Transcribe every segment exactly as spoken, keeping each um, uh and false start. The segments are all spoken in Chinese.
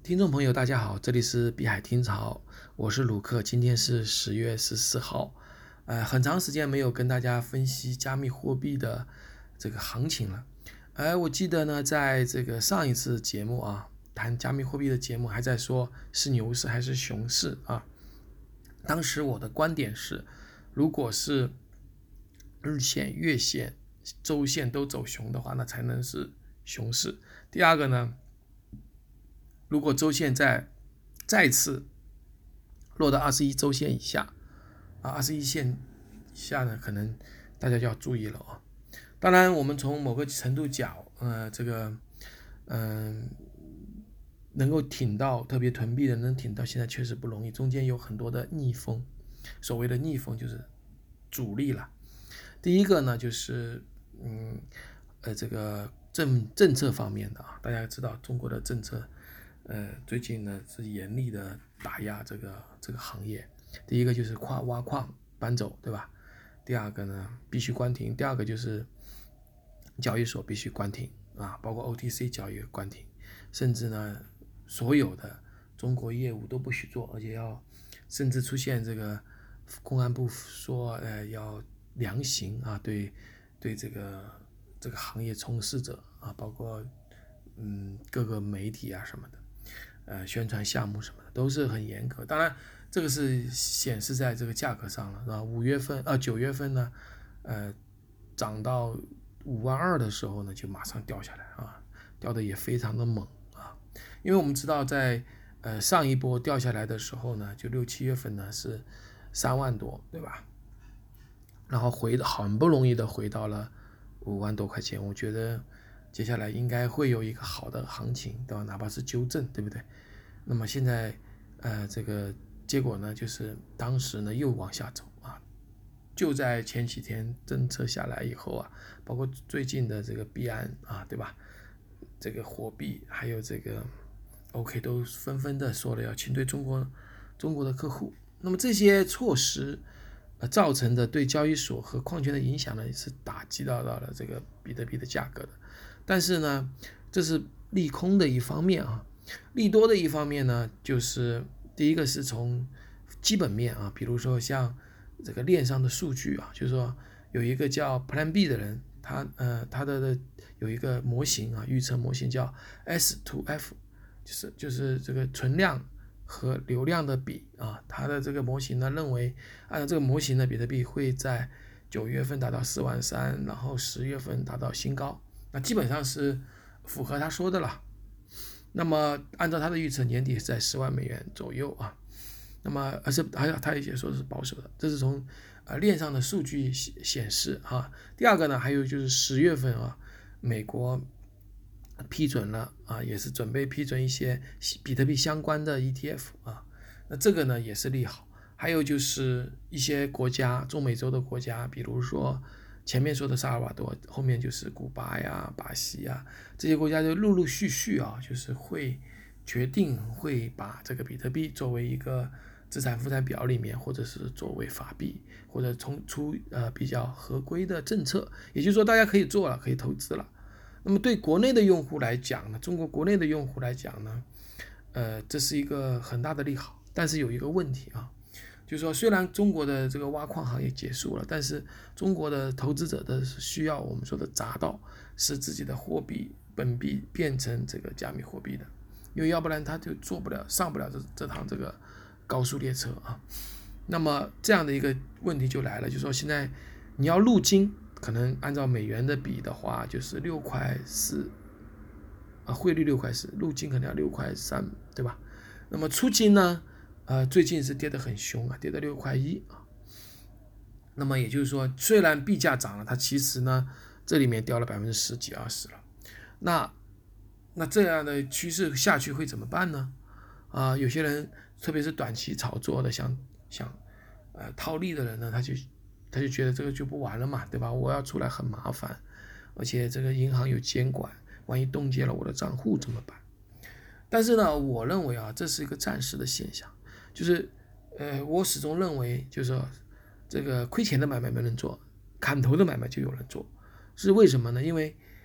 听众朋友，大家好，这里是碧海听潮，我是鲁克，今天是十月十四号，呃，很长时间没有跟大家分析加密货币的这个行情了，呃，我记得呢，在这个上一次节目啊，谈加密货币的节目还在说是牛市还是熊市啊，当时我的观点是，如果是日线、月线、周线都走熊的话，那才能是熊市。第二个呢，如果周线在再次落到二十一周线以下啊，二十一线以下呢，可能大家就要注意了啊。当然，我们从某个程度讲，呃，这个，嗯、呃，能够挺到特别囤币的，能挺到现在确实不容易，中间有很多的逆风。所谓的逆风就是主力了。第一个呢，就是嗯，呃，这个政政策方面的啊，大家知道中国的政策。呃，最近呢是严厉的打压这个这个行业。第一个就是跨挖矿搬走，对吧？第二个呢必须关停，第二个就是交易所必须关停啊，包括 O T C 交易关停，甚至呢所有的中国业务都不许做，而且要甚至出现这个公安部说呃要量刑啊，对对这个这个行业从事者啊，包括嗯各个媒体啊什么的。呃，宣传项目什么的都是很严格，当然这个是显示在这个价格上了，是吧？五月份呃九月份呢，呃涨到五万二的时候呢，就马上掉下来啊，掉的也非常的猛啊，因为我们知道在呃上一波掉下来的时候呢，就六七月份呢是三万多，对吧？然后回很不容易的回到了五万多块钱，我觉得接下来应该会有一个好的行情，对吧？哪怕是纠正，对不对？那么现在，呃，这个结果呢，就是当时呢又往下走啊，就在前几天政策下来以后啊，包括最近的这个币安啊，对吧？这个货币还有这个 OK 都纷纷的说了要清退中国中国的客户，那么这些措施。呃，造成的对交易所和矿权的影响呢，也是打击到到了这个比特币的价格的。但是呢，这是利空的一方面啊，利多的一方面呢，就是第一个是从基本面啊，比如说像这个链上的数据啊，就是说有一个叫 Plan B 的人，他呃他的有一个模型啊，预测模型叫 S to F， 就是就是这个存量和流量的比啊，它的这个模型呢认为，按照这个模型呢，比特币会在九月份达到四万三，然后十月份达到新高，那基本上是符合他说的了。那么按照他的预测，年底在十万美元左右啊。那么而是还有他也说是保守的，这是从呃链上的数据显示啊。第二个呢，还有就是十月份啊，美国批准了啊，也是准备批准一些比特币相关的 E T F 啊，那这个呢也是利好。还有就是一些国家，中美洲的国家，比如说前面说的萨尔瓦多，后面就是古巴呀、巴西呀，这些国家就陆陆续续啊，就是会决定会把这个比特币作为一个资产负债表里面，或者是作为法币，或者从出呃比较合规的政策，也就是说大家可以做了，可以投资了。那么对国内的用户来讲呢，中国国内的用户来讲呢，呃，这是一个很大的利好，但是有一个问题啊，就是说虽然中国的这个挖矿行业结束了，但是中国的投资者的需要我们说的闸道，使自己的货币本币变成这个加密货币的，因为要不然他就做不了上不了这这趟这个高速列车啊。那么这样的一个问题就来了，就是说现在你要入金。可能按照美元的比的话，就是六块四啊，汇率六块四，入金可能要六块三，对吧？那么出金呢，呃，最近是跌得很凶啊，跌到六块一啊。那么也就是说，虽然币价涨了，它其实呢，这里面掉了百分之十几二十了。那那这样的趋势下去会怎么办呢？啊、呃，有些人特别是短期炒作的，想想呃套利的人呢，他就。他就觉得这个就不玩了嘛，对吧？我要出来很麻烦，而且这个银行有监管，万一冻结了我的账户怎么办？但是呢，我认为啊，这是一个暂时的现象，就是呃，我始终认为，就是说这个亏钱的买卖没人做，砍头的买卖就有人做，是为什么呢？因为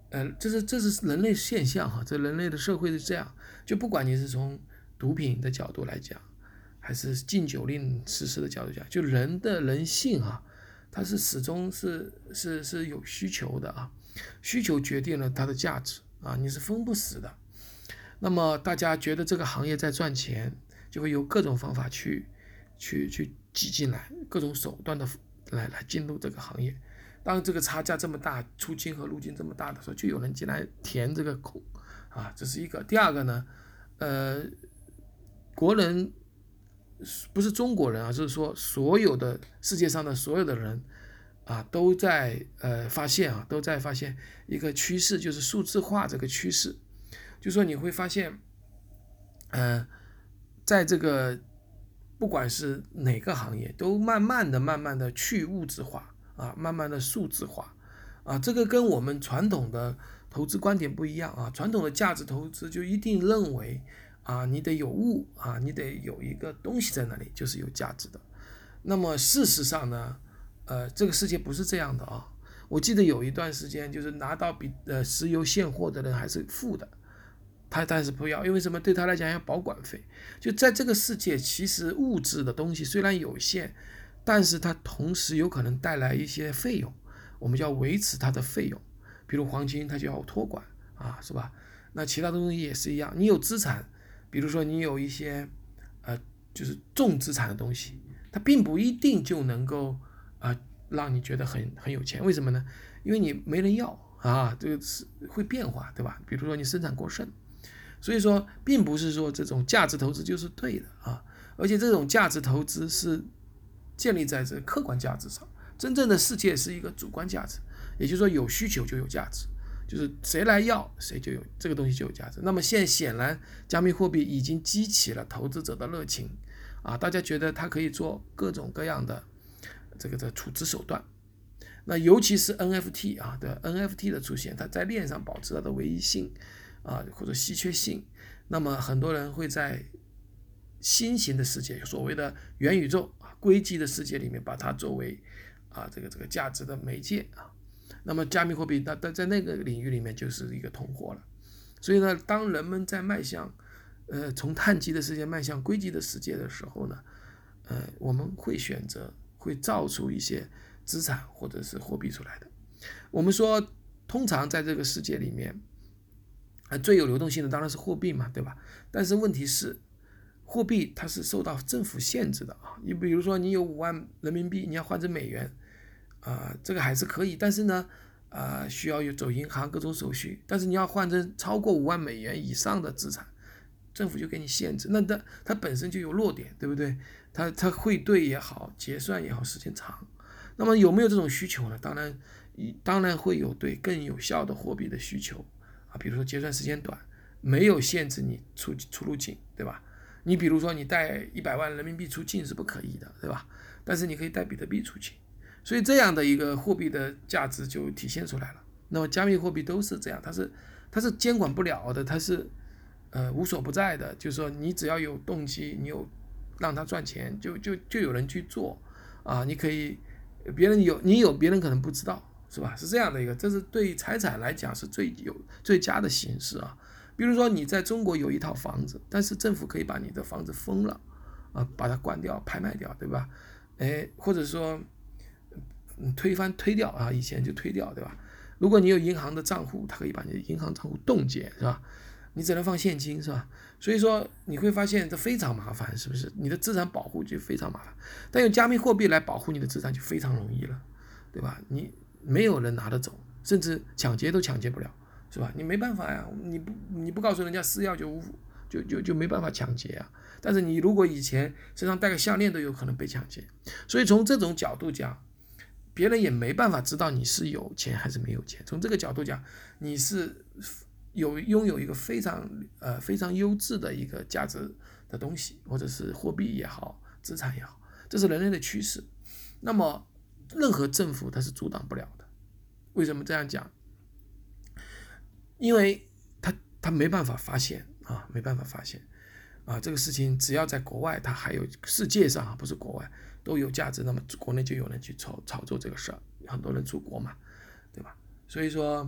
呃，这是这是人类现象哈，这人类的社会是这样，就不管你是从毒品的角度来讲，还是禁酒令实施的角度讲，就人的人性哈，它是始终是是是有需求的啊，需求决定了它的价值啊，你是封不死的。那么大家觉得这个行业在赚钱，就会有各种方法去去去挤进来，各种手段的来来进入这个行业。当这个差价这么大，出境和入境这么大的时候，就有人进来填这个孔啊，这是一个。第二个呢，呃，国人不是中国人啊，就是说所有的世界上的所有的人啊，都在呃发现啊，都在发现一个趋势，就是数字化这个趋势。就说你会发现，呃，在这个不管是哪个行业，都慢慢的、慢慢的去物质化啊，慢慢的数字化啊，这个跟我们传统的投资观点不一样啊。传统的价值投资就一定认为啊，你得有物啊，你得有一个东西在那里，就是有价值的。那么事实上呢，呃，这个世界不是这样的啊。我记得有一段时间，就是拿到比呃石油现货的人还是负的。他但是不要，因为什么？对他来讲要保管费。就在这个世界，其实物质的东西虽然有限，但是它同时有可能带来一些费用，我们就要维持它的费用。比如黄金，它就要托管啊，是吧？那其他的东西也是一样，你有资产，比如说你有一些呃，就是重资产的东西，它并不一定就能够啊、呃、让你觉得很很有钱。为什么呢？因为你没人要啊，这个是会变化，对吧？比如说你生产过剩。所以说，并不是说这种价值投资就是对的啊，而且这种价值投资是建立在这客观价值上。真正的世界是一个主观价值，也就是说有需求就有价值，就是谁来要谁就有这个东西就有价值。那么现在显然，加密货币已经激起了投资者的热情啊，大家觉得它可以做各种各样的这个的储值手段。那尤其是 N F T 啊的 N F T 的出现，它在链上保持它的唯一性。啊，或者稀缺性，那么很多人会在新型的世界，所谓的元宇宙啊、硅基的世界里面，把它作为啊这个这个价值的媒介啊。那么加密货币，那在那个领域里面就是一个同货了。所以呢，当人们在迈向呃从碳基的世界迈向硅基的世界的时候呢，呃，我们会选择会造出一些资产或者是货币出来的。我们说，通常在这个世界里面。最有流动性的当然是货币嘛，对吧？但是问题是，货币它是受到政府限制的啊。你比如说，你有五万人民币，你要换成美元，啊、呃，这个还是可以。但是呢，啊、呃，需要有走银行各种手续。但是你要换成超过五万美元以上的资产，政府就给你限制。那它它本身就有弱点，对不对？它它汇兑也好，结算也好，时间长。那么有没有这种需求呢？当然，当然会有对更有效的货币的需求。啊，比如说结算时间短，没有限制你出出入境，对吧？你比如说你带一百万人民币出境是不可以的，对吧？但是你可以带比特币出境，所以这样的一个货币的价值就体现出来了。那么加密货币都是这样，它是它是监管不了的，它是呃无所不在的，就是说你只要有动机，你有让它赚钱，就就就有人去做啊，你可以别人有你有别人可能不知道。是吧？是这样的一个，这是对财产来讲是最有最佳的形式啊。比如说你在中国有一套房子，但是政府可以把你的房子封了啊，把它关掉、拍卖掉，对吧？哎，或者说推翻、推掉啊，以前就推掉，对吧？如果你有银行的账户，它可以把你的银行账户冻结，是吧？你只能放现金，是吧？所以说你会发现这非常麻烦，是不是？你的资产保护就非常麻烦，但用加密货币来保护你的资产就非常容易了，对吧？你。没有人拿得走，甚至抢劫都抢劫不了，是吧？你没办法呀，你不你不告诉人家私钥就无就就就没办法抢劫啊。但是你如果以前身上带个项链都有可能被抢劫，所以从这种角度讲，别人也没办法知道你是有钱还是没有钱。从这个角度讲，你是有拥有一个非常呃非常优质的一个价值的东西，或者是货币也好，资产也好，这是人类的趋势。那么任何政府它是阻挡不了的。为什么这样讲？因为他他没办法发现啊，没办法发现啊，这个事情只要在国外，它还有世界上不是国外都有价值，那么国内就有人去炒炒作这个事儿，很多人出国嘛，对吧？所以说，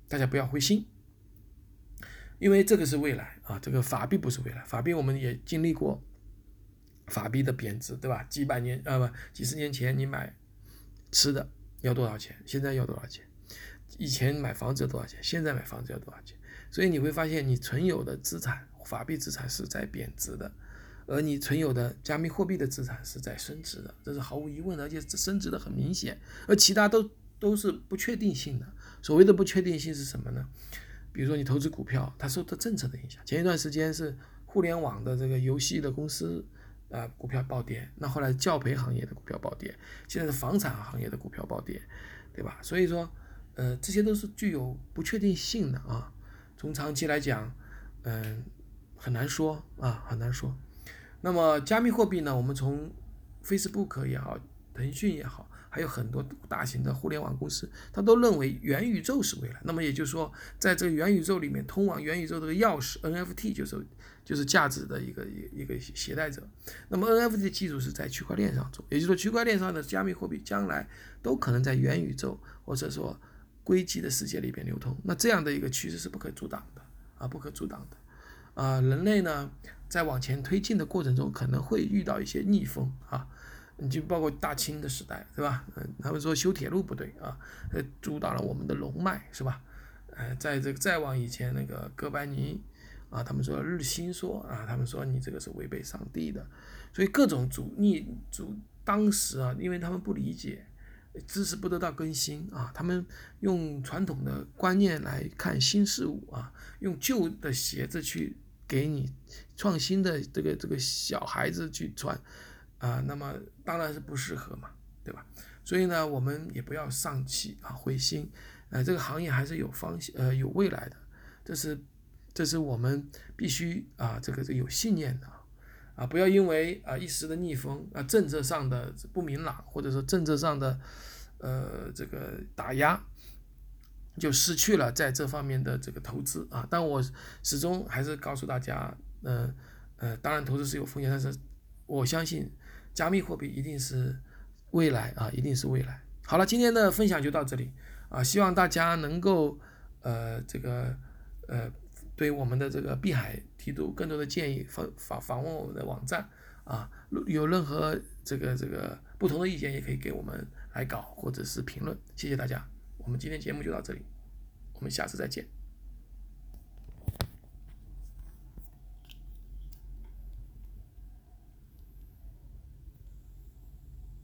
大家不要灰心，因为这个是未来啊，这个法币不是未来，法币我们也经历过法币的贬值，对吧？几百年呃不几十年前你买吃的要多少钱，现在要多少钱？以前买房子要多少钱，现在买房子要多少钱？所以你会发现你存有的资产法币资产是在贬值的，而你存有的加密货币的资产是在升值的，这是毫无疑问的，而且升值的很明显，而其他都都是不确定性的。所谓的不确定性是什么呢？比如说你投资股票，它受到政策的影响。前一段时间是互联网的这个游戏的公司啊、呃、股票暴跌，那后来教培行业的股票暴跌，现在是房产行业的股票暴跌，对吧？所以说，呃，这些都是具有不确定性的啊。从长期来讲，嗯、呃，很难说啊，很难说。那么加密货币呢，我们从 Facebook 也好，腾讯也好，还有很多大型的互联网公司，它都认为元宇宙是未来。那么也就是说，在这个元宇宙里面，通往元宇宙这个钥匙 N F T 就是就是价值的一个一个携带者。那么 N F T 的技术是在区块链上做，也就是说，区块链上的加密货币将来都可能在元宇宙或者说硅基的世界里边流通。那这样的一个趋势是不可阻挡的啊，不可阻挡的。啊、呃，人类呢在往前推进的过程中，可能会遇到一些逆风啊。你就包括大清的时代，对吧？嗯，他们说修铁路不对啊，呃，阻挡了我们的龙脉，是吧？呃，在这个再往以前那个哥白尼啊，他们说日心说啊，他们说你这个是违背上帝的，所以各种阻逆阻当时啊，因为他们不理解，知识不得到更新啊，他们用传统的观念来看新事物啊，用旧的鞋子去给你创新的这个这个小孩子去穿。啊、呃，那么当然是不适合嘛，对吧？所以呢，我们也不要丧气啊，灰心，呃，这个行业还是有方向，呃，有未来的，这是这是我们必须啊，这个这个有信念的啊，不要因为啊一时的逆风啊，政策上的不明朗，或者说政策上的呃这个打压，就失去了在这方面的这个投资啊。但我始终还是告诉大家，呃呃，当然投资是有风险，但是我相信。加密货币一定是未来啊，一定是未来。好了，今天的分享就到这里啊，希望大家能够呃这个呃对我们的这个币海提出更多的建议，访访访问我们的网站啊，有任何这个这个不同的意见也可以给我们来稿或者是评论，谢谢大家。我们今天节目就到这里，我们下次再见。